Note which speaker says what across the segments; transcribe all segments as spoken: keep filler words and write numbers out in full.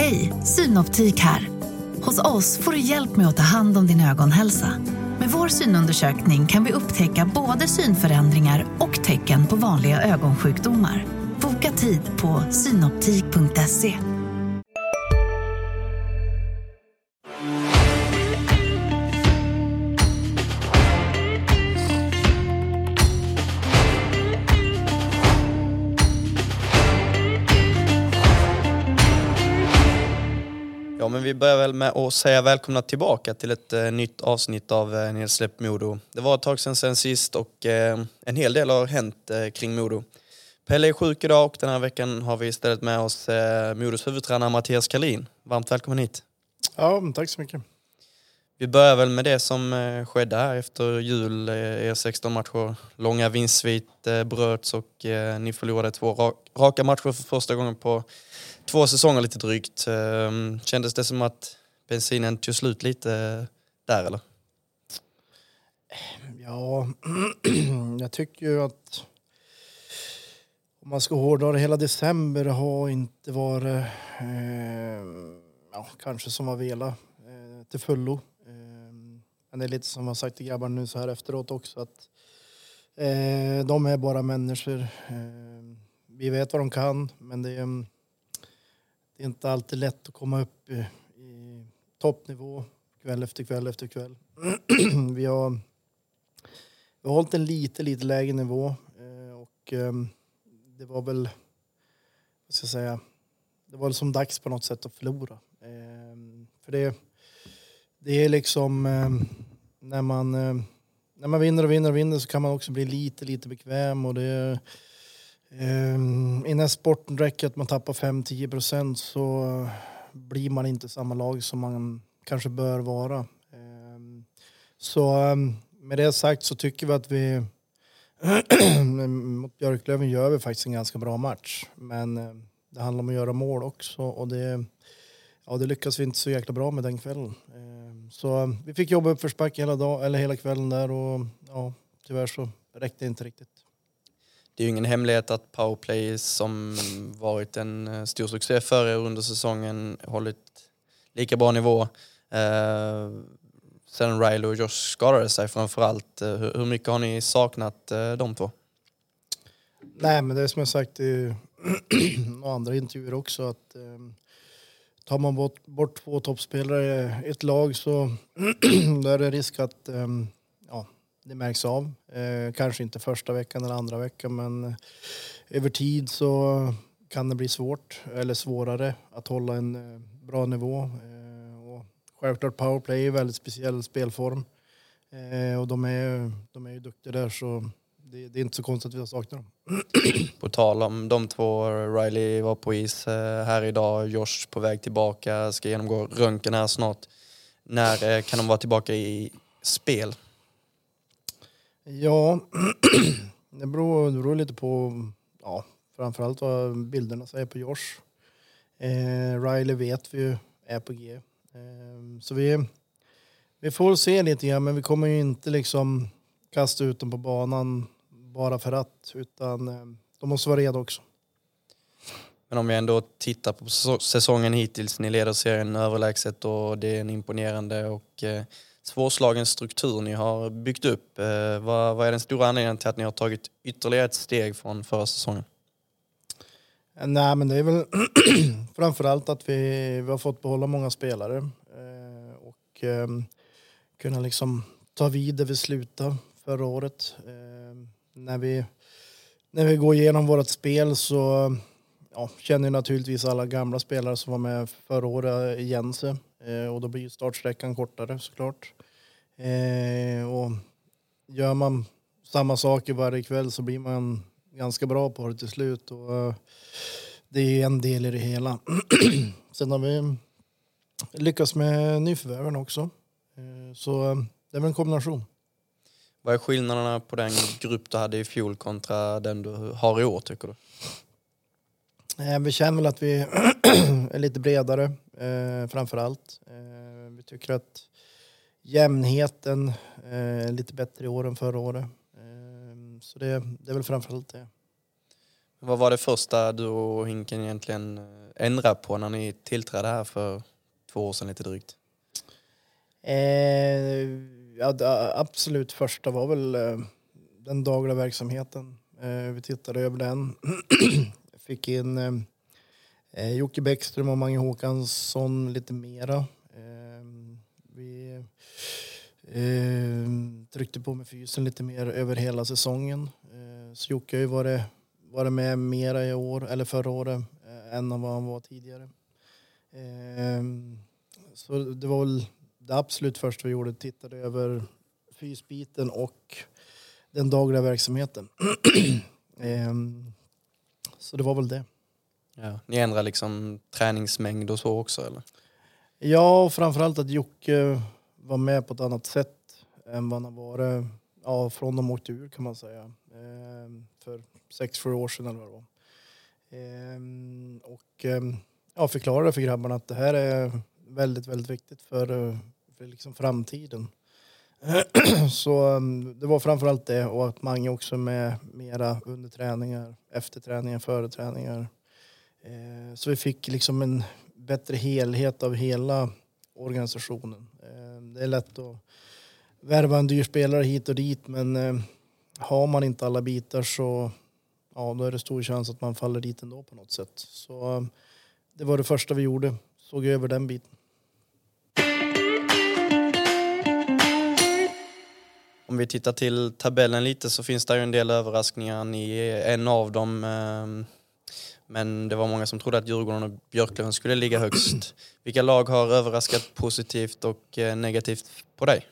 Speaker 1: Hej, Synoptik här. Hos oss får du hjälp med att ta hand om din ögonhälsa. Med vår synundersökning kan vi upptäcka både synförändringar och tecken på vanliga ögonsjukdomar. Boka tid på synoptik punkt se.
Speaker 2: Ja, men vi börjar väl med att säga välkomna tillbaka till ett eh, nytt avsnitt av eh, Nedsläpp Modo. Det var ett tag sedan, sen sist och eh, en hel del har hänt eh, kring Modo. Pelle är sjuk idag och den här veckan har vi istället med oss eh, Modos huvudtränare Mattias Karlin. Varmt välkommen hit.
Speaker 3: Ja, tack så mycket.
Speaker 2: Vi börjar väl med det som eh, skedde här efter jul. Eh, er sexton matcher, långa vinstsvit eh, bröts och eh, ni förlorade två ra- raka matcher för första gången på två säsonger lite drygt. Um, kändes det som att bensinen tog slut lite uh, där eller?
Speaker 3: Ja, jag tycker ju att om man ska hårdra det, hela december har inte varit eh, ja, kanske som var vela eh, till fullo. Eh, men det är lite som jag har sagt till grabbarna nu så här efteråt också att eh, de är bara människor. Eh, vi vet vad de kan, men det är Det är inte alltid lätt att komma upp i, i toppnivå kväll efter kväll efter kväll. vi, har, vi har hållit en lite, lite lägre nivå. Eh, och eh, det var väl, vad ska jag säga, det var som dags på något sätt att förlora. Eh, för det, det är liksom, eh, när man, eh, när man vinner och vinner och vinner så kan man också bli lite, lite bekväm. Och det Um, innan sporten räcker att man tappar fem till tio procent så blir man inte samma lag som man kanske bör vara. Um, så um, med det sagt så tycker vi att vi mot Björklöven gör vi faktiskt en ganska bra match. Men um, det handlar om att göra mål också och det, ja, det lyckas vi inte så jäkla bra med den kvällen. Um, så um, vi fick jobba upp försback hela, dag, eller hela kvällen där och ja, tyvärr så räckte det inte riktigt.
Speaker 2: Det är ju ingen hemlighet att powerplay som varit en stor succé för er under säsongen hållit lika bra nivå. Eh, sen Riley och Josh skadade sig framförallt. Hur, hur mycket har ni saknat eh, de två?
Speaker 3: Nej, men det är som jag sagt i några andra intervjuer också att eh, tar man bort, bort två toppspelare i ett lag så då är det risk att eh, ja, det märks av. Eh, kanske inte första veckan eller andra veckan, men eh, över tid så kan det bli svårt eller svårare att hålla en eh, bra nivå. Eh, och självklart powerplay är väldigt speciell spelform. Eh, och de är, de är ju duktiga där så det, det är inte så konstigt att vi har saknat dem.
Speaker 2: På tal om de två, Riley var på is eh, här idag, Josh på väg tillbaka, ska genomgå röntgen här snart. När eh, kan de vara tillbaka i spel?
Speaker 3: Ja, det beror, det beror lite på, ja, framförallt vad bilderna säger på Josh. Eh, Riley vet vi ju är på G. Eh, så vi, vi får se lite grann, men vi kommer ju inte liksom kasta ut dem på banan bara för att, utan eh, de måste vara redo också.
Speaker 2: Men om vi ändå tittar på säsongen hittills, ni leder serien överlägset och det är en imponerande och eh, svårslagen struktur ni har byggt upp. Eh, vad, vad är den stora anledningen till att ni har tagit ytterligare ett steg från förra säsongen?
Speaker 3: Nej, men det är väl framförallt att vi, vi har fått behålla många spelare eh, och eh, kunna liksom ta vid där vi slutade förra året. Eh, när, vi, när vi går igenom vårt spel så ja, känner naturligtvis alla gamla spelare som var med förra året igen sig. Eh, och då blir startsträckan kortare såklart. Eh, och gör man samma saker varje kväll så blir man ganska bra på det till slut. Och, uh, det är en del i det hela. Sen har vi lyckats med nyförvärven också. Uh, så uh, det är väl en kombination.
Speaker 2: Vad är skillnaderna på den grupp du hade i fjol kontra den du har i år, tycker du?
Speaker 3: Uh, vi känner väl att vi är lite bredare uh, framför allt. Uh, vi tycker att jämnheten är uh, lite bättre i år än förra året. Uh, så det, det är väl framförallt det.
Speaker 2: Vad var det första du och Hinken egentligen ändra på när ni tillträdde här för två år sedan lite drygt?
Speaker 3: Eh, ja, det absolut första var väl eh, den dagliga verksamheten. Eh, vi tittade över den. Fick in eh, Jocke Bäckström och Mange Håkansson lite mera. Eh, vi eh, tryckte på med fysen lite mer över hela säsongen. Eh, så Jocke har ju varit, varit med mera i år, eller förra året, eh, än vad han var tidigare. Eh, så det var väl det absolut första vi gjorde, tittade över fysbiten och den dagliga verksamheten. ehm, så det var väl det.
Speaker 2: Ja. Ni ändrar liksom träningsmängd och så också, eller?
Speaker 3: Ja, och framförallt att Jocke var med på ett annat sätt än vad han var, ja, från de åkte ur kan man säga. Ehm, för sex, sju år sedan eller vad det var. Ehm, och ehm, ja, förklarade för grabbarna att det här är väldigt, väldigt viktigt för, för liksom framtiden. Så det var framförallt det, och att Mange också med mera under träningar, efter träningar, före träningar. Eh, så vi fick liksom en bättre helhet av hela organisationen. Eh, det är lätt att värva en dyr spelare hit och dit, men eh, har man inte alla bitar så ja, då är det stor chans att man faller dit ändå på något sätt. Så eh, det var det första vi gjorde, såg över den biten.
Speaker 2: Om vi tittar till tabellen lite så finns det ju en del överraskningar. Ni är en av dem. Men det var många som trodde att Djurgården och Björklöven skulle ligga högst. Vilka lag har överraskat positivt och negativt på dig?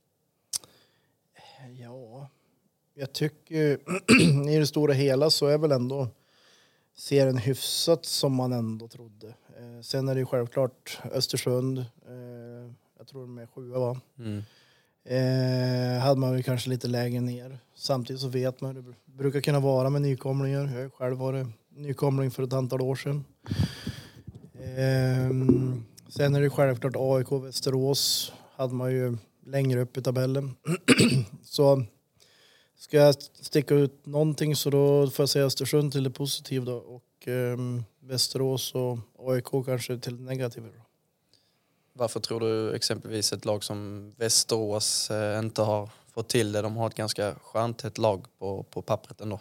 Speaker 3: Ja, jag tycker i det stora hela så är väl ändå serien hyfsat som man ändå trodde. Sen är det ju självklart Östersund. Jag tror de är sjua, va? Mm. Eh, hade man väl kanske lite lägre ner. Samtidigt så vet man hur det brukar kunna vara med nykomlingar. Jag har själv varit nykomling för ett antal år sedan. Eh, sen är det självklart A I K Västerås. Hade man ju längre upp i tabellen. Så ska jag sticka ut någonting så då får jag säga Östersund till det positiva då. Och eh, Västerås och A I K kanske till det negativa då.
Speaker 2: Varför tror du exempelvis ett lag som Västerås eh, inte har fått till det? De har ett ganska skönt ett lag på, på pappret ändå.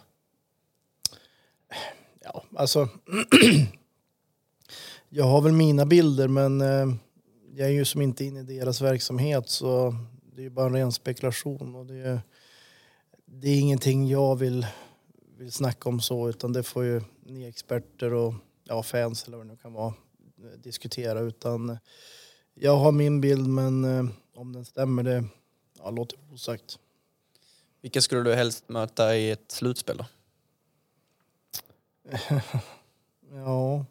Speaker 3: Ja, alltså jag har väl mina bilder, men eh, jag är ju som inte inne i deras verksamhet, så det är ju bara en ren spekulation, och det är, det är ingenting jag vill, vill snacka om så, utan det får ju ni experter och ja, fans eller vad det nu kan vara diskutera, utan jag har min bild, men eh, om den stämmer, det ja, låter osagt.
Speaker 2: Vilka skulle du helst möta i ett slutspel då?
Speaker 3: ja.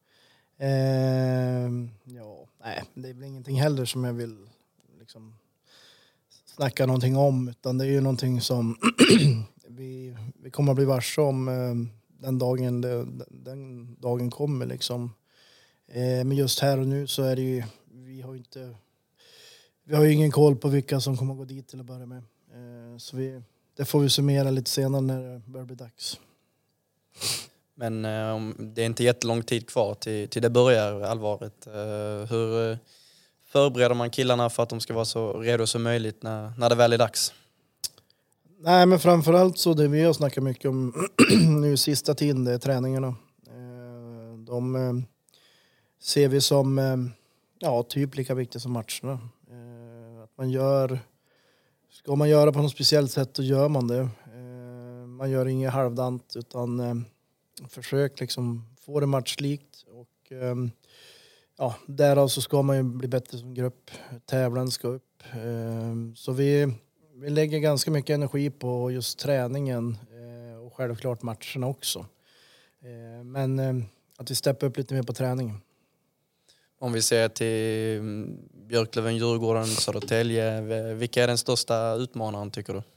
Speaker 3: Eh, ja. Nej, det är väl ingenting heller som jag vill liksom snacka någonting om, utan det är ju någonting som vi, vi kommer att bli varse om eh, den dagen det, den dagen kommer liksom. Eh, men just här och nu så är det ju, vi har inte vi har ju ingen koll på vilka som kommer att gå dit till att börja med. Eh, så vi, det får vi summera lite senare när det börjar bli dags.
Speaker 2: Men eh, det är inte jättelång tid kvar till, till det börjar allvaret. Eh, hur eh, förbereder man killarna för att de ska vara så redo som möjligt när, när det väl är dags?
Speaker 3: Nej, men framförallt så det vi har snackat mycket om nu sista tiden, det är träningarna. Eh, de eh, ser vi som eh, ja, typ lika viktiga som matcherna. Eh, att man gör, ska man göra på något speciellt sätt, då gör man det. Eh, man gör inget halvdant, utan eh, försök liksom få det matchlikt, och eh, ja, därav så ska man ju bli bättre som grupp. Tävlan ska upp. Eh, så vi, vi lägger ganska mycket energi på just träningen eh, och självklart matcherna också. Eh, men eh, att vi steppar upp lite mer på träningen.
Speaker 2: Om vi ser till Björklöven, Djurgården, Södertälje, vilka är den största utmanaren tycker du?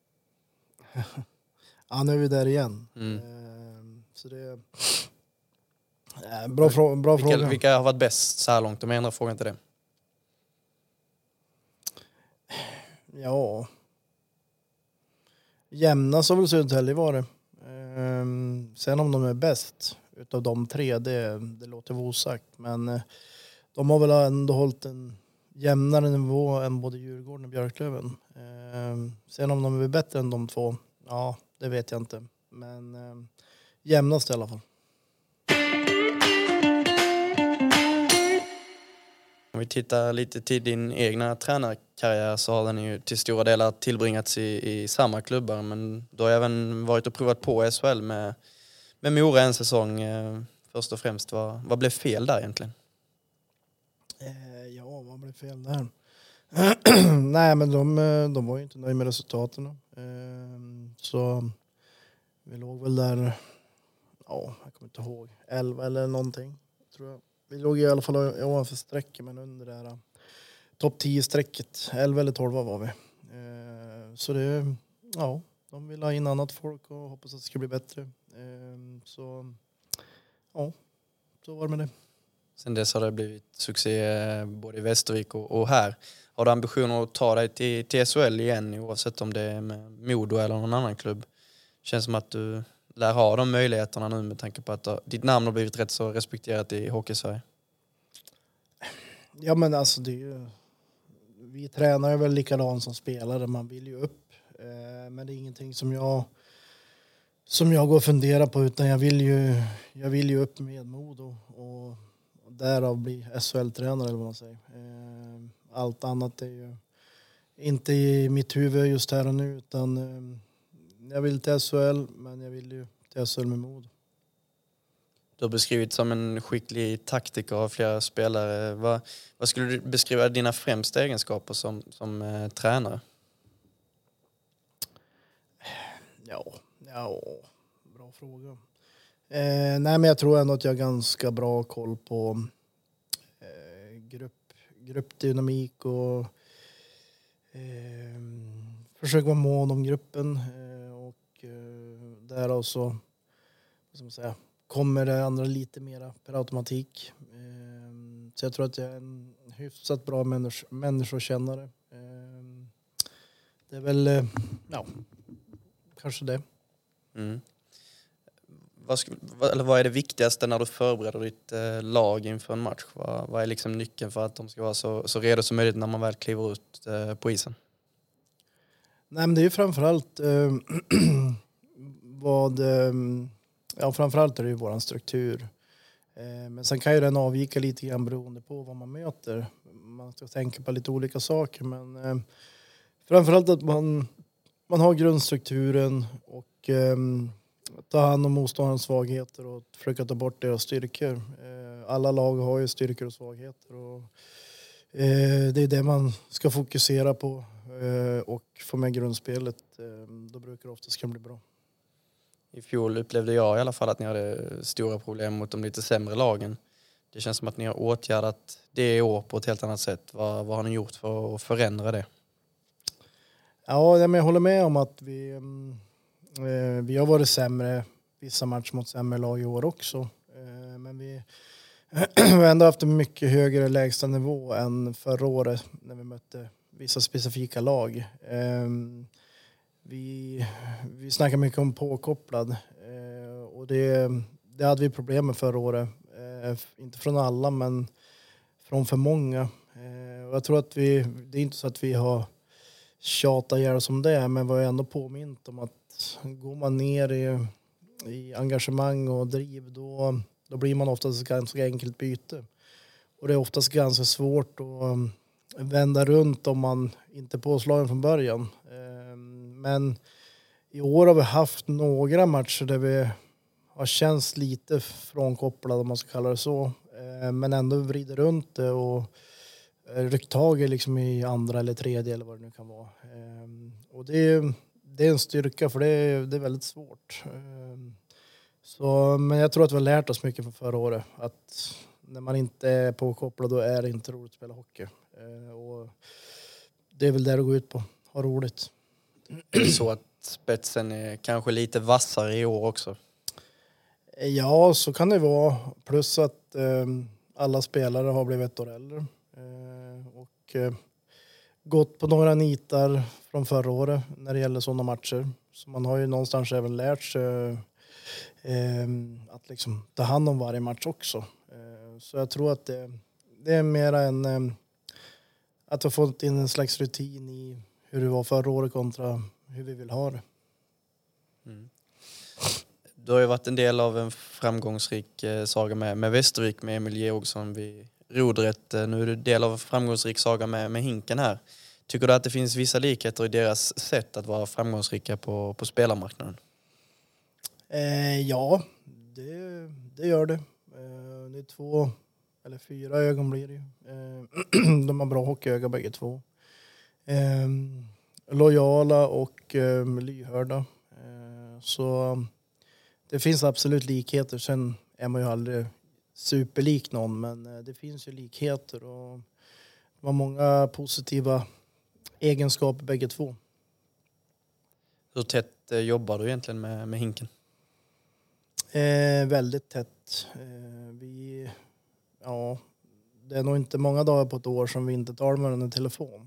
Speaker 3: Ja, nu är vi där igen.
Speaker 2: Mm.
Speaker 3: Eh, så det är eh, bra, frå- bra
Speaker 2: vilka,
Speaker 3: fråga.
Speaker 2: Vilka har varit bäst så här långt? De ändrar frågan till det.
Speaker 3: Ja. Jämna så väl Södertälje var det. Eh, sen om de är bäst. utav de tre, det, det låter osagt. Men eh, de har väl ändå hållit en jämnare nivå än både Djurgården och Björklöven. Eh, sen om de är bättre än de två, ja, det vet jag inte. Men eh, jämnast i alla fall.
Speaker 2: Om vi tittar lite till din egna tränarkarriär så har den ju till stora delar tillbringats i, i samma klubbar. Men du har även varit och provat på S H L med, med Mora en säsong. Eh, först och främst, vad, vad blev fel där egentligen?
Speaker 3: Eh, ja, vad blev fel där? Nej, men de, de var ju inte nöjda med resultaten. Eh, så vi låg väl där, ja, jag kommer inte ihåg, elva eller någonting, tror jag. Vi låg i alla fall ovanför strecket, men under det här topp tio-strecket. elva eller tolv var vi. Eh, så det, ja, de vill ha in annat folk och hoppas att det ska bli bättre. Eh, så, ja, så var det med det.
Speaker 2: Sen dess har det blivit succé både i Västervik och, och här. Har du ambitioner att ta dig till, till S H L igen, oavsett om det är med Modo eller någon annan klubb? Känns som att du lär ha de möjligheterna nu med tanke på att ditt namn har blivit rätt så respekterat i Hockeysverige.
Speaker 3: Ja, men alltså det är ju, vi tränar väl likadant som spelare, man vill ju upp. Eh, men det är ingenting som jag som jag går och funderar på, utan jag vill ju jag vill ju upp med Modo och, och därav bli S H L-tränare eller vad man säger. Eh, allt annat är ju inte i mitt huvud just här och nu, utan eh, jag vill till S H L, men jag vill ju till S H L med Modo.
Speaker 2: Du har beskrivit som en skicklig taktiker av flera spelare. Vad, vad skulle du beskriva dina främsta egenskaper som, som eh, tränare?
Speaker 3: Ja, ja, bra fråga. Eh, nej, men jag tror ändå att jag har ganska bra koll på eh, grupp, gruppdynamik och eh, försöka vara mån om gruppen. Eh, och eh, därav så, vad ska man säga, kommer det andra lite mera per automatik. Eh, så jag tror att jag är en hyfsat bra människ- människokännare. Eh, det är väl, eh, ja, kanske det.
Speaker 2: Mm. Vad, sk- vad, eller vad är det viktigaste när du förbereder ditt eh, lag inför en match? Vad, vad är liksom nyckeln för att de ska vara så, så redo som möjligt när man väl kliver ut eh, på isen?
Speaker 3: Nej, men det är ju framförallt eh, vad... Eh, ja, framförallt är det ju våran struktur. Eh, men sen kan ju den avvika lite grann beroende på vad man möter. Man ska tänka på lite olika saker, men eh, framförallt att man, man har grundstrukturen och eh, ta hand om motståndarens svagheter och försöka ta bort deras styrkor. Eh, alla lag har ju styrkor och svagheter, och eh, det är det man ska fokusera på eh, och få med grundspelet. Eh, då brukar det oftast kan bli bra.
Speaker 2: I fjol upplevde jag i alla fall att ni hade stora problem mot de lite sämre lagen. Det känns som att ni har åtgärdat det i år på ett helt annat sätt. Vad, vad har ni gjort för att förändra det?
Speaker 3: Ja, men jag håller med om att vi, eh, vi har varit sämre vissa matcher mot sämre lag i år också. Eh, men vi har ändå haft en mycket högre lägsta nivå än förra året när vi mötte vissa specifika lag. Eh, vi, vi snackar mycket om påkopplad eh, och det, det hade vi problem med förra året. Eh, inte från alla, men från för många. Eh, och jag tror att vi, det är inte så att vi har tjata ihjäl som det är, men var ändå påmint om att går man ner i, i engagemang och driv, då, då blir man oftast ett ganska enkelt byte. Och det är oftast ganska svårt att vända runt om man inte är påslagen från början. Men i år har vi haft några matcher där vi har känts lite frånkopplade, om man ska kalla det så. Men ändå vrider runt det och ryckt tag i liksom i andra eller tredje eller vad det nu kan vara. Um, och det är, det är en styrka, för det är, det är väldigt svårt. Um, så, men jag tror att vi har lärt oss mycket från förra året. Att när man inte är påkopplad, då är det inte roligt att spela hockey. Uh, och det är väl där det går ut på. Ha roligt.
Speaker 2: Är det så att spetsen är kanske lite vassare i år också?
Speaker 3: Ja, så kan det vara. Plus att um, alla spelare har blivit ett år äldre. Och eh, gått på några nitar från förra året när det gäller sådana matcher. Så man har ju någonstans även lärt sig eh, att liksom ta hand om varje match också. Eh, så jag tror att det, det är mer en eh, att ha fått in en slags rutin i hur det var förra året kontra hur vi vill ha det.
Speaker 2: Mm. Du har ju varit en del av en framgångsrik eh, saga med, med Västervik med Emil Georgsson vid rodret. Nu är du del av en framgångsrik saga med, med Hinken här. Tycker du att det finns vissa likheter i deras sätt att vara framgångsrika på, på spelarmarknaden?
Speaker 3: Eh, ja, det, det gör det. Eh, det är två eller fyra ögon blir det ju. Eh, de har bra hockeyöga bägge två. Eh, lojala och eh, lyhörda. Eh, så det finns absolut likheter. Sen är man ju aldrig superlik någon, men eh, det finns ju likheter och det var många positiva egenskaper bägge två.
Speaker 2: Hur tätt eh, jobbar du egentligen med, med Hinken?
Speaker 3: Eh, väldigt tätt. Eh, vi, ja, det är nog inte många dagar på ett år som vi inte tar med en telefon.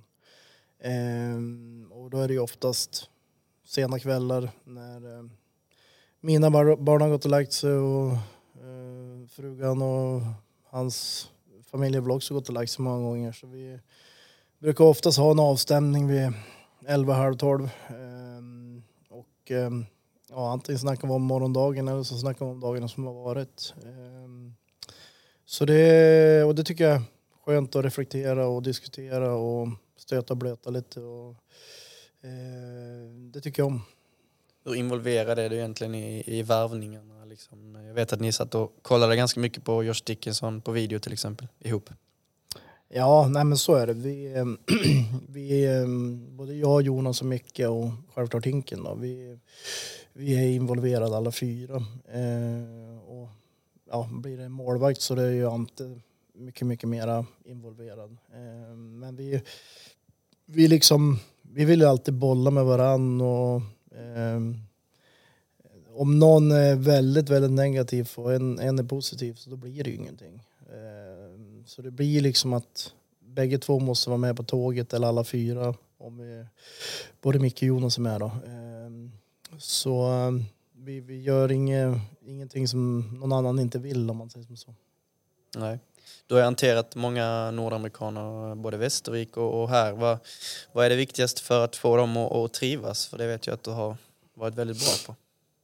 Speaker 3: Eh, och då är det ju oftast sena kvällar när eh, mina bar- barn har gått och lagt sig och eh, frugan och hans familj har väl också gått och lagt sig många gånger. Så vi brukar oftast ha en avstämning vid elva, halv tolv. Eh, och eh, ja, antingen snackar vi om morgondagen eller så snackar vi om dagarna som har varit. Eh, så det, och det tycker jag är skönt att reflektera och diskutera och stöta och blöta lite. Och, eh, det tycker jag om.
Speaker 2: Hur involverad är du egentligen i, i värvningarna? Liksom? Jag vet att ni satt och kollade ganska mycket på Josh Dickinson på video till exempel, ihop.
Speaker 3: Ja, nej men så är det. Vi, eh, vi eh, både jag, Jonas och Micke och självklart Hinken då, vi, vi är involverade alla fyra. Eh, och ja, blir det en målvakt så det är ju inte mycket, mycket mera involverad. Eh, men vi, vi liksom, vi vill ju alltid bolla med varann och eh, om någon är väldigt, väldigt negativ och en, en är positiv så då blir det ju ingenting. Eh, så det blir liksom att bägge två måste vara med på tåget eller alla fyra om vi, både Micke och Jonas är med då. Eh, så vi, vi gör inge, ingenting som någon annan inte vill om man säger som så.
Speaker 2: Nej. Du har hanterat många nordamerikaner, både Västervik och, och här. Vad, vad är det viktigaste för att få dem att, att trivas? För det vet jag att du har varit väldigt bra på.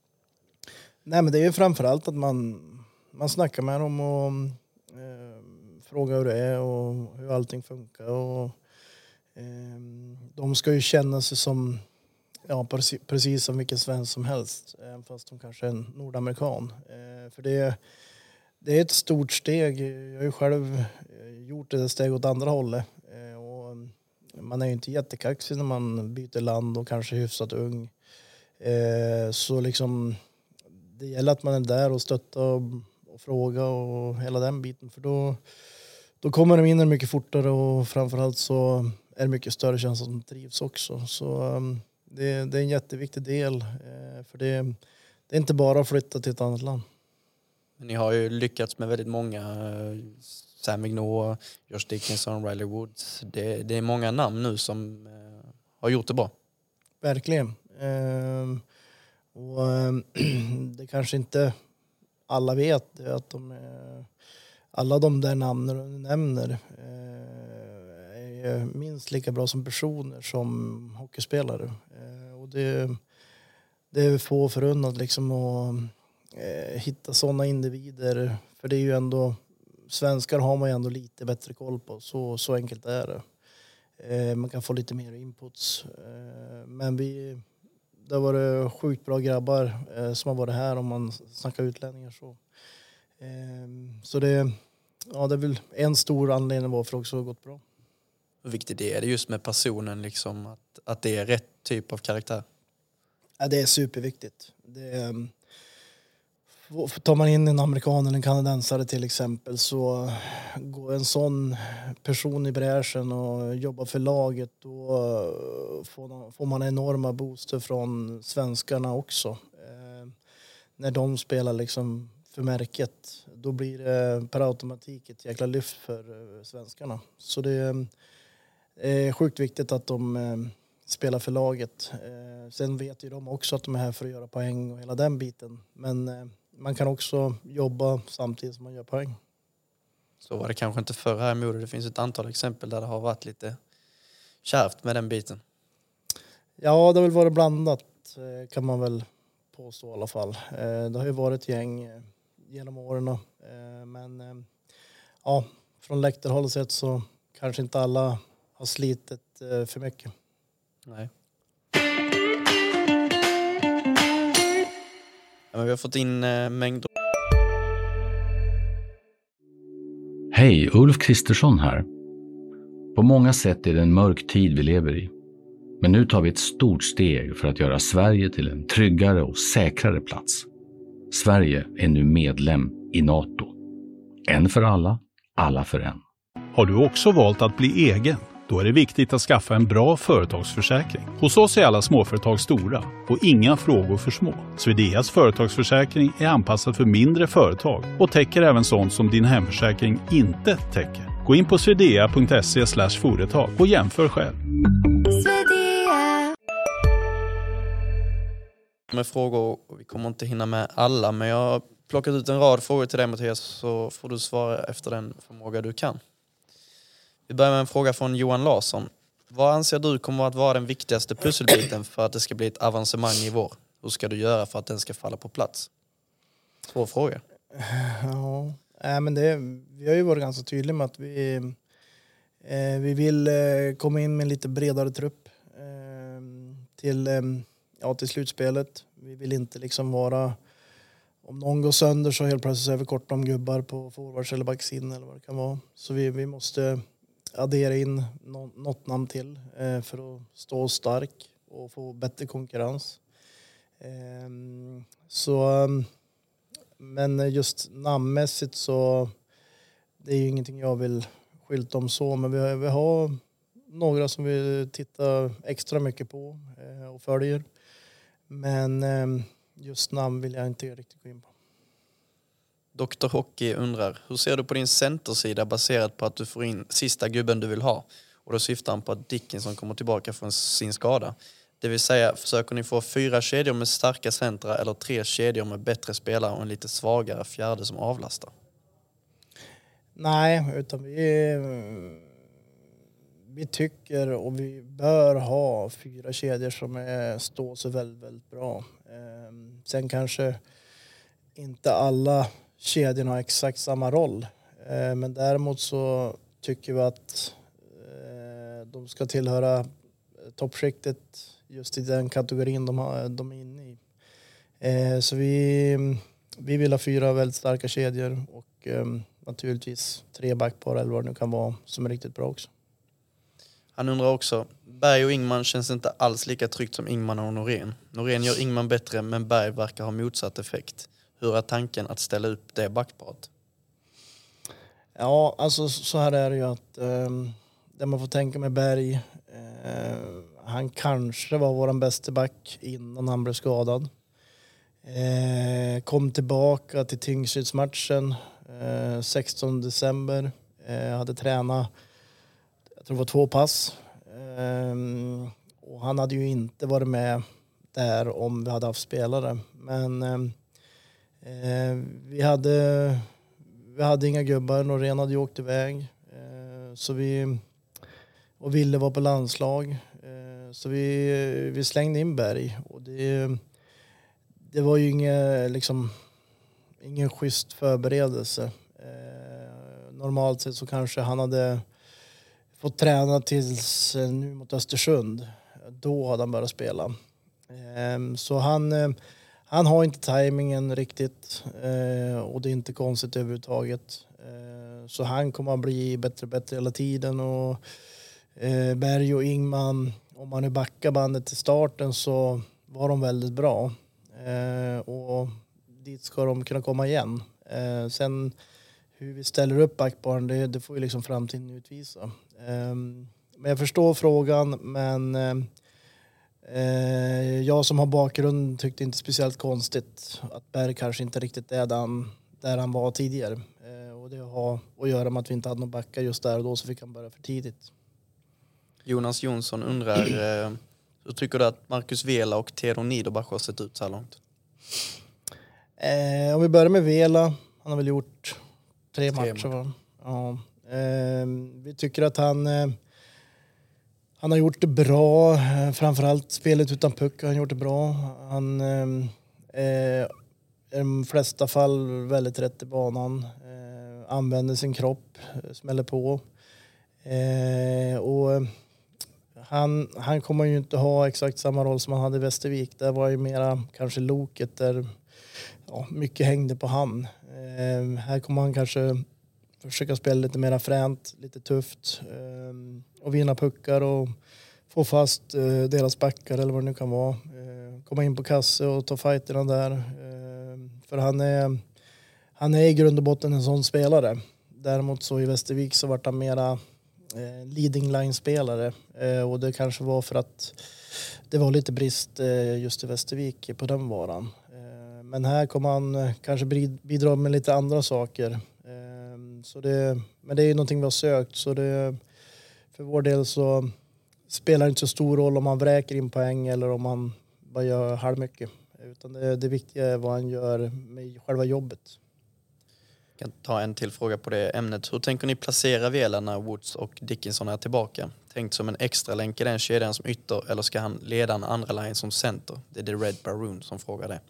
Speaker 3: Nej, men det är ju framförallt att man, man snackar med dem och eh, frågar hur det är och hur allting funkar. Och, eh, de ska ju känna sig som, ja, precis, precis som vilken svensk som helst. Även fast de kanske är en nordamerikan. Eh, för det, det är ett stort steg. Jag har ju själv gjort det steg åt andra hållet. Eh, och man är ju inte jättekaxig när man byter land och kanske är hyfsat ung. Eh, så liksom det gäller att man är där och stöttar och, och frågar och hela den biten. För då, då kommer de in mycket fortare och framförallt så är det mycket större chans att de trivs också. Så um, det, det är en jätteviktig del. Eh, för det, det är inte bara att flytta till ett annat land.
Speaker 2: Ni har ju lyckats med väldigt många. Sam Vigneault, Josh Dickinson, Riley Woods. Det, det är många namn nu som eh, har gjort det bra.
Speaker 3: Verkligen. Eh, och eh, det kanske inte alla vet att de är, alla de där namnen du nämner eh, är minst lika bra som personer som hockeyspelare. Eh, och det, det är få förunnat liksom att eh, hitta sådana individer. För det är ju ändå, svenskar har man ju ändå lite bättre koll på. Så, så enkelt är det. Eh, man kan få lite mer inputs. Eh, men vi, det har varit sjukt bra grabbar eh, som har varit här om man snackar utlänningar så. Eh, så det, ja, det är väl en stor anledning varför det också har gått bra.
Speaker 2: Hur viktigt är det just med personen liksom, att, att det är rätt typ av karaktär?
Speaker 3: Ja, det är superviktigt. Det, tar man in en amerikan eller en kanadensare till exempel så går en sån person i bräschen och jobbar för laget då får, får man enorma booster från svenskarna också. Eh, när de spelar liksom för märket då blir det per automatik ett jäkla lyft för svenskarna. Så det är sjukt viktigt att de spela för laget. Eh, sen vet ju de också att de är här för att göra poäng och hela den biten. Men eh, man kan också jobba samtidigt som man gör poäng.
Speaker 2: Så var det kanske inte förr här i Modo. Det finns ett antal exempel där det har varit lite kärvt med den biten.
Speaker 3: Ja, det har väl varit blandat eh, kan man väl påstå i alla fall. Eh, det har ju varit ett gäng eh, genom åren. Eh, men eh, ja, från läktarhållet sett så kanske inte alla har slitit eh, för mycket.
Speaker 2: Nej. Ja, men vi har fått in eh, mängder.
Speaker 4: Hej, Ulf Kristersson här. På många sätt är det en mörk tid vi lever i. Men nu tar vi ett stort steg för att göra Sverige till en tryggare och säkrare plats. Sverige är nu medlem i NATO. En för alla, alla för en.
Speaker 5: Har du också valt att bli egen? Då är det viktigt att skaffa en bra företagsförsäkring. Hos oss är alla småföretag stora och inga frågor för små. Swedeas företagsförsäkring är anpassad för mindre företag och täcker även sånt som din hemförsäkring inte täcker. Gå in på swedea punkt se slash företag och jämför själv.
Speaker 2: Med frågor, och vi kommer inte hinna med alla, men jag har plockat ut en rad frågor till dig, Mattias, så får du svara efter den förmåga du kan. Vi börjar med en fråga från Johan Larsson. Vad anser du kommer att vara den viktigaste pusselbiten för att det ska bli ett avancemang i vår? Hur ska du göra för att den ska falla på plats? Två frågor.
Speaker 3: Ja, äh, men det, vi har ju varit ganska tydliga med att vi, eh, vi vill eh, komma in med en lite bredare trupp eh, till, eh, ja, till slutspelet. Vi vill inte liksom vara, om någon går sönder så helt plötsligt är vi kort om gubbar på forwards eller backsidan eller vad det kan vara. Så vi, vi måste addera in no, något namn till eh, för att stå stark och få bättre konkurrens. Eh, så... Men just namnmässigt så det är ju ingenting jag vill skylta om så. Men vi har, vi har några som vi tittar extra mycket på eh, och följer. Men eh, just namn vill jag inte riktigt gå in på.
Speaker 2: doktor Hockey undrar, hur ser du på din centersida baserat på att du får in sista gubben du vill ha? Och då syftar han på att Dickinson kommer tillbaka från sin skada. Det vill säga, försöker ni få fyra kedjor med starka centra eller tre kedjor med bättre spelare och en lite svagare fjärde som avlastar?
Speaker 3: Nej, utan vi, vi tycker och vi bör ha fyra kedjor som är, står sig väldigt, väldigt bra. Sen kanske inte alla kedjorna har exakt samma roll. Men däremot så tycker vi att de ska tillhöra toppskiktet just i den kategorin de, har, de är inne i. Eh, så vi, vi vill ha fyra väldigt starka kedjor och eh, naturligtvis tre backpar eller vad det nu kan vara som är riktigt bra också.
Speaker 2: Han undrar också, Berg och Ingman känns inte alls lika tryggt som Ingman och Norén. Norén gör Ingman bättre men Berg verkar ha motsatt effekt. Hur är tanken att ställa upp det backparet?
Speaker 3: Ja, alltså så här är det ju att eh, det man får tänka med Berg, eh, han kanske var våran bästa back innan han blev skadad. Eh, kom tillbaka till Tingsrydsmatchen eh, sextonde december. Eh, hade tränat, jag tror det var två pass. Eh, och han hade ju inte varit med där om vi hade haft spelare. Men eh, vi hade vi hade inga gubbar. Norén hade ju åkt iväg. Eh, så vi och ville vara på landslag. Eh, så vi, vi slängde in Berg. Och det, det var ju ingen, liksom, ingen schysst förberedelse. Eh, normalt sett så kanske han hade fått träna tills nu mot Östersund. Då hade han börjat spela. Eh, så han, eh, han har inte tajmingen riktigt. Eh, och det är inte konstigt överhuvudtaget. Eh, så han kommer att bli bättre och bättre hela tiden. Och eh, Berg och Ingman, om man nu backar bandet till starten så var de väldigt bra. Eh, och dit ska de kunna komma igen. Eh, sen hur vi ställer upp backbaren, det, det får ju liksom framtiden utvisa. Eh, men jag förstår frågan, men eh, jag som har bakgrund tyckte inte speciellt konstigt att Berg kanske inte riktigt är där han, där han var tidigare. Eh, och det har att göra med att vi inte hade någon backar just där och då, så fick han börja för tidigt.
Speaker 2: Jonas Jonsson undrar, eh, Hur tycker du att Marcus Vela och Theodor Niederbach har sett ut så här långt?
Speaker 3: Eh, om vi börjar med Vela, han har väl gjort tre,
Speaker 2: tre
Speaker 3: matcher. Va? Ja. Eh, vi tycker att han, eh, han har gjort det bra. Eh, framförallt spelet utan puck har han gjort det bra. Han eh, är i de flesta fall väldigt rätt i banan. Eh, använder sin kropp, smäller på. Eh, och han, han kommer ju inte ha exakt samma roll som han hade i Västervik. Det var ju mera kanske loket där ja, mycket hängde på han. Eh, här kommer han kanske försöka spela lite mer fränt, lite tufft eh, och vinna puckar och få fast eh, deras backar eller vad det nu kan vara. Eh, komma in på kasse och ta fighterna där. Eh, för han är, han är i grund och botten en sån spelare. Däremot så i Västervik så var han mera eh, leading line-spelare eh, och det kanske var för att det var lite brist eh, just i Västervik på den varan. Eh, men här kommer han kanske bidra med lite andra saker. Eh, så det, men det är ju någonting vi har sökt, så det, för vår del så spelar det inte så stor roll om han vräker in poäng eller om han bara gör halvmycket. Utan det, det viktiga är vad han gör med själva jobbet.
Speaker 2: Jag kan ta en till fråga på det ämnet. Hur tänker ni placera Vela när Woods och Dickinson är tillbaka? Tänkt som en extra länk i den kedjan som ytter, eller ska han leda en andra line som center? Det är The Red Baroon som frågar det.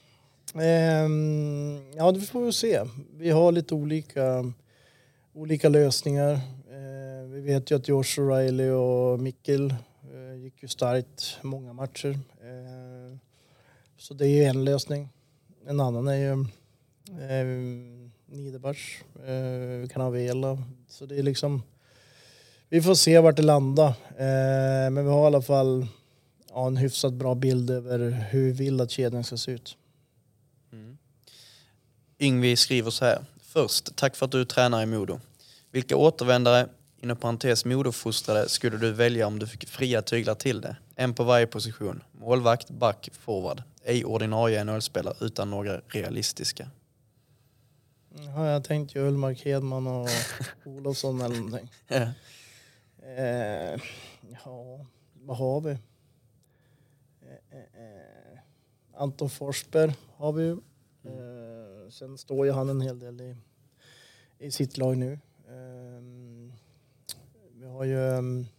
Speaker 3: Um, ja, det får vi se. Vi har lite olika, olika lösningar. Uh, vi vet ju att Josh O'Reilly och Mikkel uh, gick ju starkt många matcher. Uh, så det är ju en lösning. En annan är ju uh, Niederbach. Uh, vi kan ha Vela. Så det är liksom, vi får se vart det landar. Uh, men vi har i alla fall ja, en hyfsat bra bild över hur vi vill att kedjan ska se ut.
Speaker 2: Mm. Yngvi skriver så här. Först, tack för att du tränar i Modo. Vilka återvändare, inom parentes Modofostrade, skulle du välja om du fick fria tyglar till det? En på varje position. Målvakt, back, forward. Ej ordinarie N H L-spelare utan några realistiska.
Speaker 3: Ja, jag tänkte ju Ullmark, Hedman och Olofsson eller någonting.
Speaker 2: Ja.
Speaker 3: Eh, ja, vad har vi? Eh, eh, Anton Forsberg har vi ju. Eh, sen står ju han en hel del i, i sitt lag nu. Eh, vi har ju...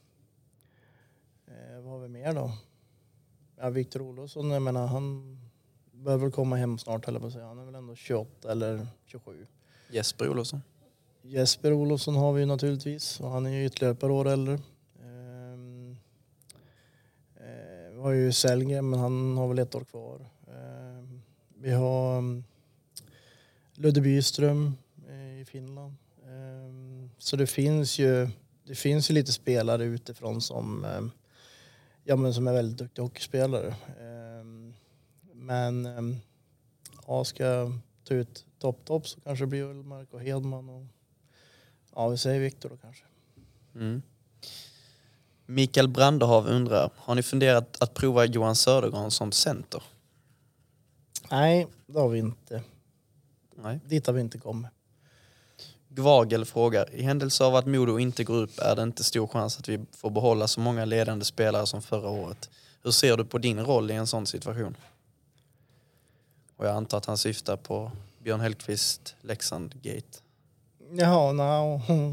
Speaker 3: Eh, vad har vi mer då? Ja, Victor Olofsson, jag menar, han bör väl komma hem snart, eller vad säger han? är väl ändå tjugoåtta eller tjugosju.
Speaker 2: Jesper Olofsson.
Speaker 3: Jesper Olofsson har vi ju naturligtvis, och han är ju ytterligare ett par år äldre. Eh, eh, vi har ju Sellgren, men han har väl ett år kvar. Eh, vi har um, Ludde Byström eh, i Finland. Eh, så det finns ju det finns ju lite spelare utifrån som eh, ja, men som är väldigt duktiga hockeyspelare. Eh, men eh, ja, ska jag ta ut topp-topp så kanske det blir Ullmark och Hedman och ja, vi säger Viktor då kanske.
Speaker 2: Mm. Mikael Brandehav undrar, har ni funderat att prova Johan Södergran som center?
Speaker 3: Nej, det har vi inte.
Speaker 2: Nej.
Speaker 3: Dit har vi inte kommit.
Speaker 2: Gvagel frågar, i händelse av att Modo inte går upp är det inte stor chans att vi får behålla så många ledande spelare som förra året. Hur ser du på din roll i en sån situation? Och jag antar att han syftar på Björn Hellkvist, Leksand-gate.
Speaker 3: Jaha, no.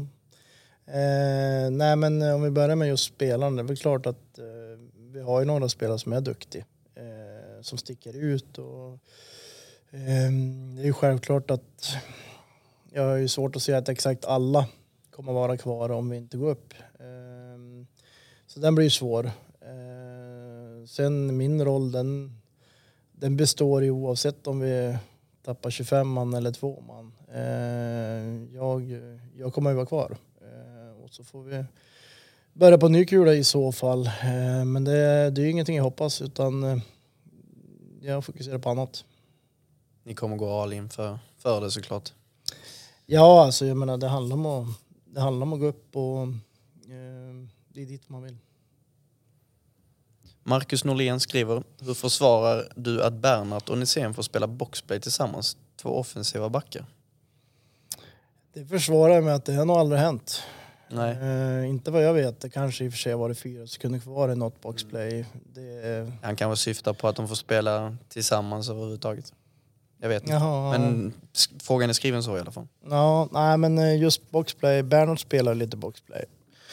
Speaker 3: eh, nej men om vi börjar med just spelaren, det är väl klart att eh, vi har ju några spelare som är duktiga. Eh, som sticker ut och eh, det är ju självklart att jag har ju svårt att säga att exakt alla kommer vara kvar om vi inte går upp. Eh, så den blir ju svår. Eh, sen min roll, den, den består ju oavsett om vi tappar tjugofem man eller två man. Eh, jag, jag kommer ju vara kvar. Eh, och så får vi börja på ny kula i så fall. Eh, men det, det är ju ingenting jag hoppas, utan eh, jag fokuserar på annat.
Speaker 2: Ni kommer gå all in för, för det såklart.
Speaker 3: Ja, alltså jag menar det handlar om att, det handlar om att gå upp och eh, det är dit man vill.
Speaker 2: Marcus Norlén skriver, hur försvarar du att Bernhardt och Nisén får spela boxplay tillsammans? Två offensiva backar.
Speaker 3: Det försvarar med att det har nog aldrig hänt.
Speaker 2: Nej.
Speaker 3: Uh, inte vad jag vet. Det kanske i och för sig var det fyra sekunder kvar i något boxplay. Det...
Speaker 2: Han kan väl syfta på att de får spela tillsammans överhuvudtaget. Jag vet inte.
Speaker 3: Jaha,
Speaker 2: men sk- frågan är skriven så i alla fall.
Speaker 3: Ja, nej men just boxplay. Bernhard spelar lite boxplay.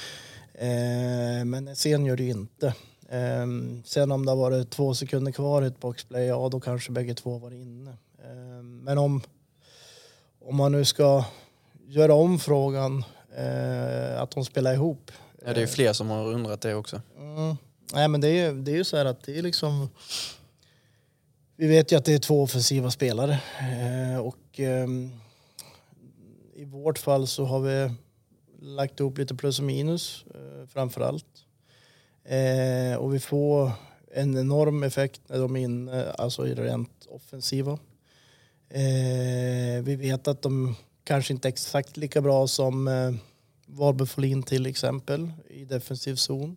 Speaker 3: Uh, men sen gör det ju inte. Um, sen om det var det två sekunder kvar i ett boxplay, ja då kanske bägge två var inne. Um, men om, om man nu ska göra om frågan uh, att de spelar ihop.
Speaker 2: Ja, det är ju fler som har undrat det också.
Speaker 3: Mm, nej men det är, det är ju så här att det är liksom, vi vet ju att det är två offensiva spelare uh, och um, i vårt fall så har vi lagt upp lite plus och minus uh, framförallt. Eh, och vi får en enorm effekt när de är inne, alltså i det rent offensiva. Eh, vi vet att de kanske inte är exakt lika bra som eh, Valby Folin till exempel i defensiv zon.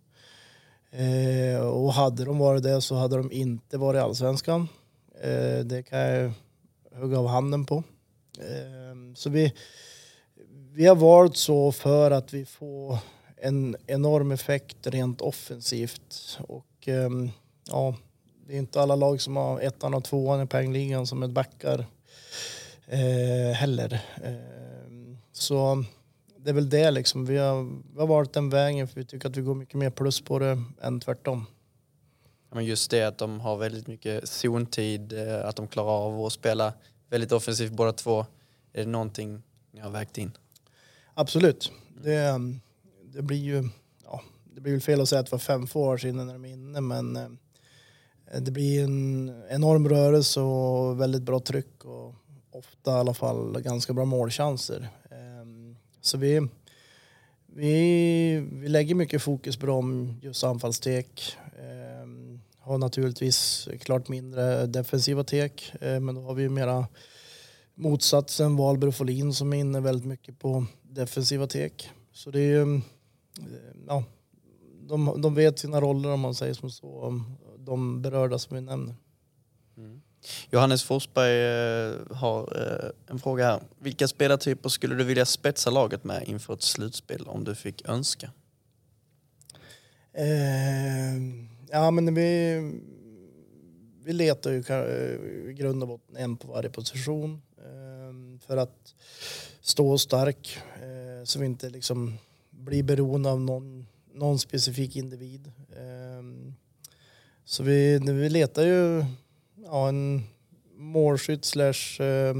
Speaker 3: Eh, och hade de varit det så hade de inte varit i Allsvenskan. Eh, det kan jag hugga av handen på. Eh, så vi, vi har valt så för att vi får en enorm effekt rent offensivt. Och um, ja, det är inte alla lag som har ettan och tvåan i poängligan som ett backar eh, heller. Eh, så det är väl det liksom. Vi har, vi har varit den vägen för vi tycker att vi går mycket mer plus på det än tvärtom.
Speaker 2: Men just det att de har väldigt mycket zontid, att de klarar av att spela väldigt offensivt båda två. Är det någonting ni har vägt in?
Speaker 3: Absolut. Det, det blir ju, ja, det blir väl fel att säga att det var fem år sedan när de är inne, men eh, det blir en enorm rörelse och väldigt bra tryck och ofta i alla fall ganska bra målchanser. Eh, så vi, vi, vi lägger mycket fokus på dem, just anfallstek. Eh, har naturligtvis klart mindre defensiva tek, eh, men då har vi mera motsatsen Valby och Folin som är inne väldigt mycket på defensiva tek. Så det är ju, ja, de, de vet sina roller om man säger som så, de berörda som vi nämner.
Speaker 2: Mm. Johannes Forsberg eh, har eh, en fråga här. Vilka spelartyper skulle du vilja spetsa laget med inför ett slutspel om du fick önska?
Speaker 3: Eh, ja men vi, vi letar ju i grund och botten en på varje position eh, för att stå stark eh, så vi inte liksom blir beroende av någon, någon specifik individ. Eh, så vi, vi letar ju ja, en målskytt slash eh,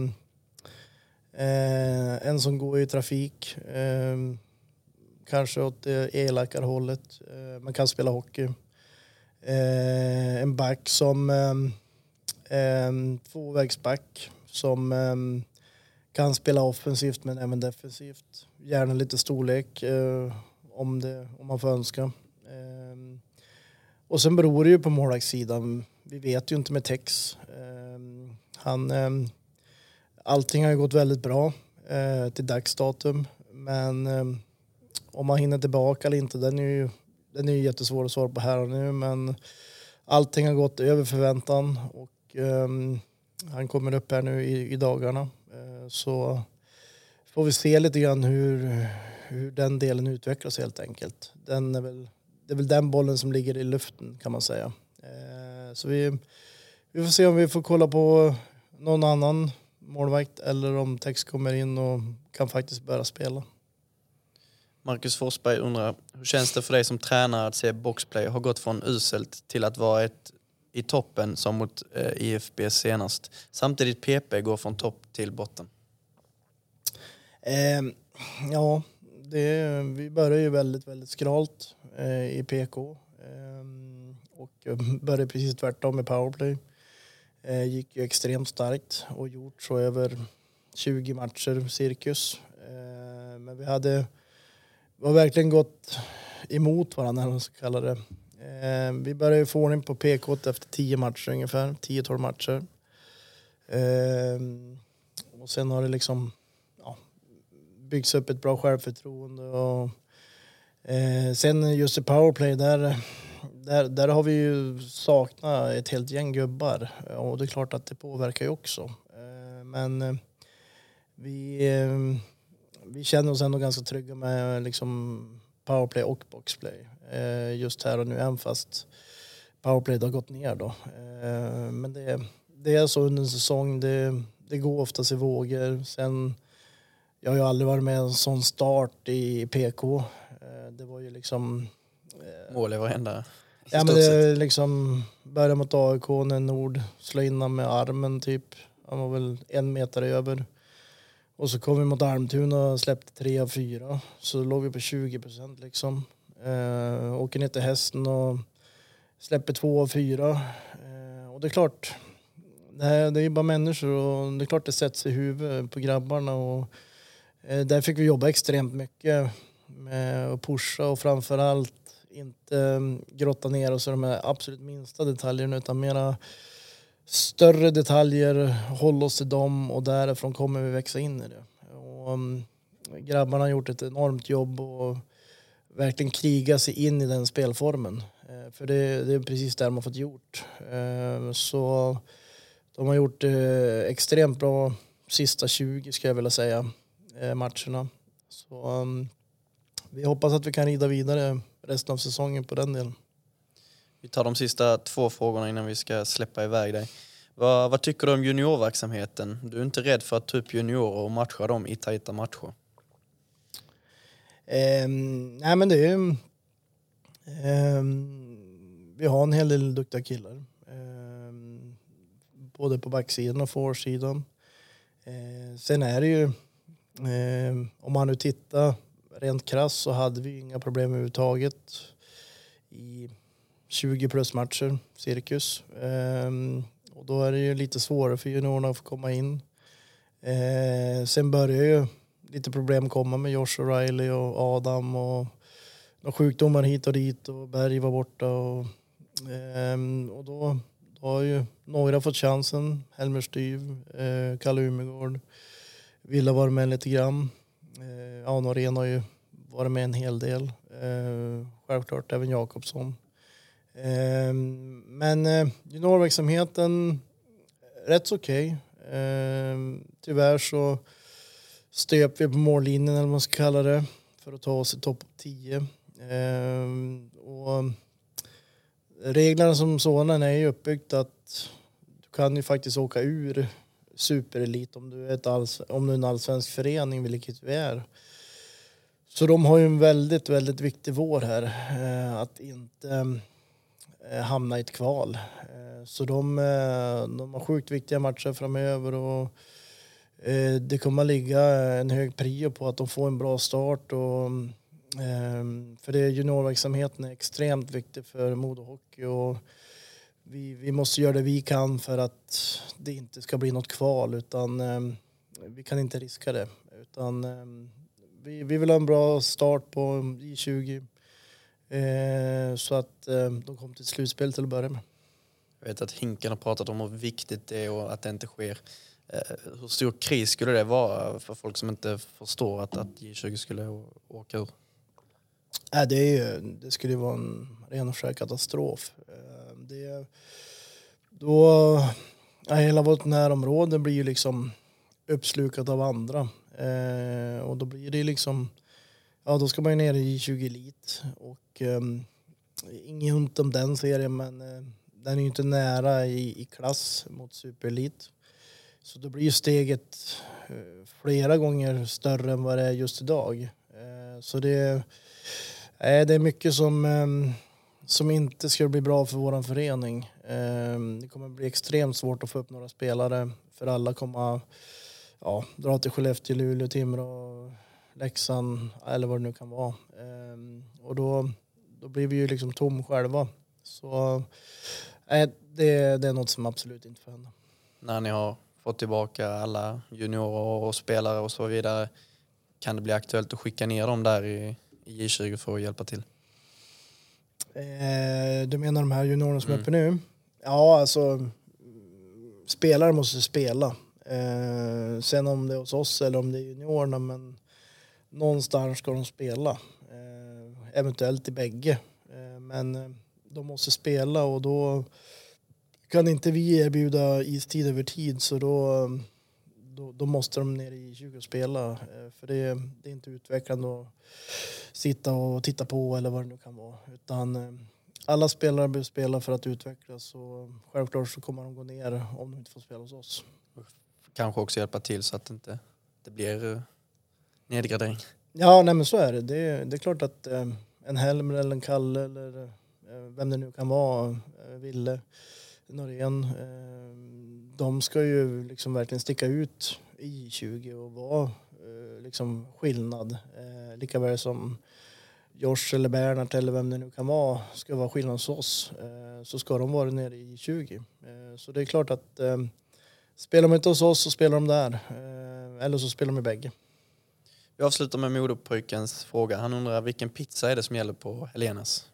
Speaker 3: eh, en som går i trafik. Eh, kanske åt det elakare hållet. Eh, man kan spela hockey. Eh, en back som eh, eh, tvåvägsback som eh, kan spela offensivt men även defensivt. Gärna lite storlek eh, om, det, om man får önska. Eh, och sen beror det ju på målvaktssidan. Vi vet ju inte med Tex. Eh, han, eh, allting har ju gått väldigt bra eh, till dagsdatum. Men eh, om man hinner tillbaka eller inte, den är ju, den är ju jättesvår att svara på här och nu. Men allting har gått över förväntan och eh, han kommer upp här nu i, i dagarna. Eh, så får vi se lite grann hur, hur den delen utvecklas helt enkelt. Den är väl, det är väl den bollen som ligger i luften kan man säga. Eh, så vi, vi får se om vi får kolla på någon annan målvakt eller om Tex kommer in och kan faktiskt börja spela.
Speaker 2: Marcus Forsberg undrar, hur känns det för dig som tränare att se boxplay har gått från uselt till att vara ett i toppen som mot eh, I F B senast. Samtidigt P P går från topp till botten.
Speaker 3: Eh, ja, det, vi började ju väldigt, väldigt skralt eh, i P K. Eh, och började precis tvärtom med powerplay. Eh, gick ju extremt starkt och gjort så över tjugo matcher cirkus. Eh, men vi hade vi har verkligen gått emot varandra, om så kallar det. Eh, vi började ju få ordning på P K efter tio matcher ungefär, tio tolv matcher. Eh, och sen har det liksom ja, byggts upp ett bra självförtroende. Och, eh, sen just i powerplay, där, där, där har vi ju saknat ett helt gäng gubbar. Och det är klart att det påverkar ju också. Eh, men eh, vi... Eh, vi känner oss ändå ganska trygga med liksom powerplay och boxplay. Eh, just här och nu, även fast powerplay har gått ner då. Eh, men det, det är så under en säsong. Det, det går oftast i vågor. Sen, jag har ju aldrig varit med en sån start i P K. Eh, det var ju liksom...
Speaker 2: Eh, Mål i varenda.
Speaker 3: Ja, men det är liksom börja mot A I K när Nord slår in med armen typ. Han var väl en meter över. Och så kom vi mot Almtuna och släppte tre av fyra. Så låg vi på tjugo procent liksom. Eh, åker ner till hästen och släpper två av fyra. Eh, och det är klart, det, här, det är ju bara människor och det är klart det sätts i huvudet på grabbarna. Och, eh, där fick vi jobba extremt mycket med att pusha och framförallt inte grotta ner oss i de här absolut minsta detaljerna utan mera större detaljer, hålla oss till dem och därifrån kommer vi växa in i det. Och, um, grabbarna har gjort ett enormt jobb och verkligen kriga sig in i den spelformen. Eh, för det, det är precis det de har fått gjort. Eh, så de har gjort eh, extremt bra sista tjugo ska jag vilja säga, eh, matcherna. Så um, vi hoppas att vi kan rida vidare resten av säsongen på den delen.
Speaker 2: Vi tar de sista två frågorna innan vi ska släppa iväg dig. Vad, vad tycker du om juniorverksamheten? Du är inte rädd för att ta upp juniorer och matcha dem i tajta matcher?
Speaker 3: Eh, nej men det är ju... Eh, vi har en hel del duktiga killar. Eh, både på backsidan och forwardsidan. Eh, sen är det ju... Eh, om man nu tittar rent krass så hade vi inga problem överhuvudtaget i tjugo plus matcher, cirkus. Um, och då är det ju lite svårare för juniorerna att få komma in. Uh, sen börjar ju lite problem komma med Josh O'Reilly och Adam och några sjukdomar hit och dit och Berg var borta. Och, um, och då, då har ju några fått chansen. Helmer Styv, uh, Kalle Umegård, Villa var med lite grann. Uh, ja, Norén har ju varit med en hel del. Uh, självklart även Jakobsson. Uh, men uh, juniorverksamheten rätt så okej. Okay. Uh, tyvärr så stöp vi på mållinjen eller vad man ska kalla det för att ta oss i topp tio. Uh, och reglerna som sådana är ju uppbyggt att du kan ju faktiskt åka ur superelit om du är, ett alls, om du är en allsvensk förening, vilket du är. Så de har ju en väldigt, väldigt viktig vår här. Eh, att inte eh, hamna i ett kval. Eh, så de, eh, de har sjukt viktiga matcher framöver och eh, det kommer att ligga en hög prio på att de får en bra start. Och, eh, för det juniorverksamheten är extremt viktig för Modo Hockey och vi, vi måste göra det vi kan för att det inte ska bli något kval utan eh, vi kan inte riska det. Utan eh, Vi, vi vill ha en bra start på J tjugo eh, så att eh, de kommer till slutspel till att börja med.
Speaker 2: Jag vet att Hinken har pratat om hur viktigt det är och att det inte sker. Eh, hur stor kris skulle det vara för folk som inte förstår att, att J tjugo skulle å- åka ur?
Speaker 3: Äh, det, är ju, det skulle ju vara en ren och skär katastrof. Eh, det, då, ja, hela vårt närområde blir ju liksom uppslukat av andra. Eh, och då blir det liksom, ja då ska man ju ner i tjugo elit och eh, ingen ont om den serien men eh, den är ju inte nära i, i klass mot superelit. Så då blir ju steget eh, flera gånger större än vad det är just idag. Eh, så det, eh, det är mycket som, eh, som inte ska bli bra för våran förening. Eh, det kommer bli extremt svårt att få upp några spelare för alla kommer ja, dra till Skellefteå, Luleå, Timrå, Leksand eller vad det nu kan vara. Ehm, och då, då blir vi ju liksom tom själva. Så äh, det, det är något som absolut inte får hända.
Speaker 2: När ni har fått tillbaka alla juniorer och spelare och så vidare, kan det bli aktuellt att skicka ner dem där i, i J tjugo för att hjälpa till?
Speaker 3: Ehm, du menar de här juniorerna som är uppe nu? Ja, alltså spelare måste spela. Eh, sen om det är hos oss eller om det är juniorerna men någonstans ska de spela. Eh, eventuellt i bägge. Eh, men eh, de måste spela och då kan inte vi erbjuda istid över tid så då, då, då måste de ner i tjugo och spela. För det, det är inte utvecklande att sitta och titta på eller vad det nu kan vara. Utan alla spelare behöver spela för att utvecklas. Och självklart så kommer de gå ner om de inte får spela hos oss.
Speaker 2: Kanske också hjälpa till så att det inte det blir nedgradering.
Speaker 3: Ja, nej men så är det. Det, det är klart att eh, en Helmer eller en Kalle eller eh, vem det nu kan vara, eh, Ville, Norén, eh, de ska ju liksom verkligen sticka ut i tjugo och vara eh, liksom skillnad. Eh, lika väl som Josh eller Bernhard eller vem det nu kan vara ska vara skillnad hos oss, eh, så ska de vara nere i tjugo. Eh, så det är klart att eh, spelar de inte hos oss så spelar de där. Eh, eller så spelar de i bägge.
Speaker 2: Vi avslutar med modepojkens fråga. Han undrar vilken pizza är det som gäller på Helenas?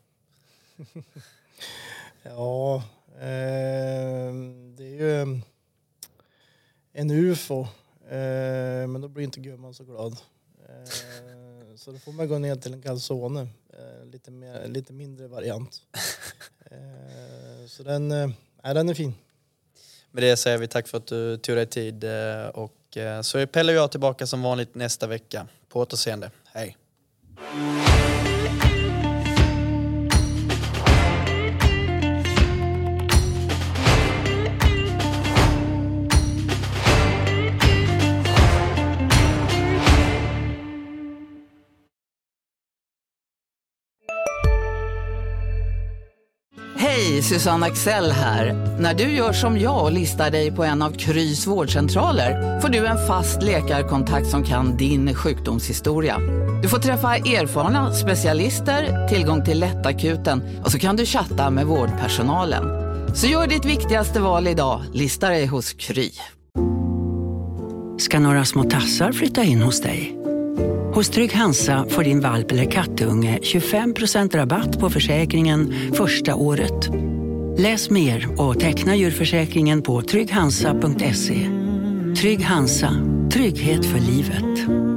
Speaker 3: ja, eh, det är ju en U F O. Eh, men då blir inte gumman så glad. Eh, så då får man gå ner till en calzone. Eh, lite, mer, lite mindre variant. Eh, så den, eh, den är fin.
Speaker 2: Med det säger vi tack för att du tog dig tid. Och så är Pelle och jag tillbaka som vanligt nästa vecka. På återseende. Hej!
Speaker 6: Hej, Susanne Axel här. När du gör som jag och listar dig på en av Krys vårdcentraler får du en fast läkarkontakt som kan din sjukdomshistoria. Du får träffa erfarna specialister, tillgång till lättakuten och så kan du chatta med vårdpersonalen. Så gör ditt viktigaste val idag, lista dig hos Kry.
Speaker 7: Ska några små tassar flytta in hos dig? Hos Trygg Hansa får din valp eller kattunge tjugofem procent rabatt på försäkringen första året. Läs mer och teckna djurförsäkringen på trygg hansa punkt se. Trygg Hansa, trygghet för livet.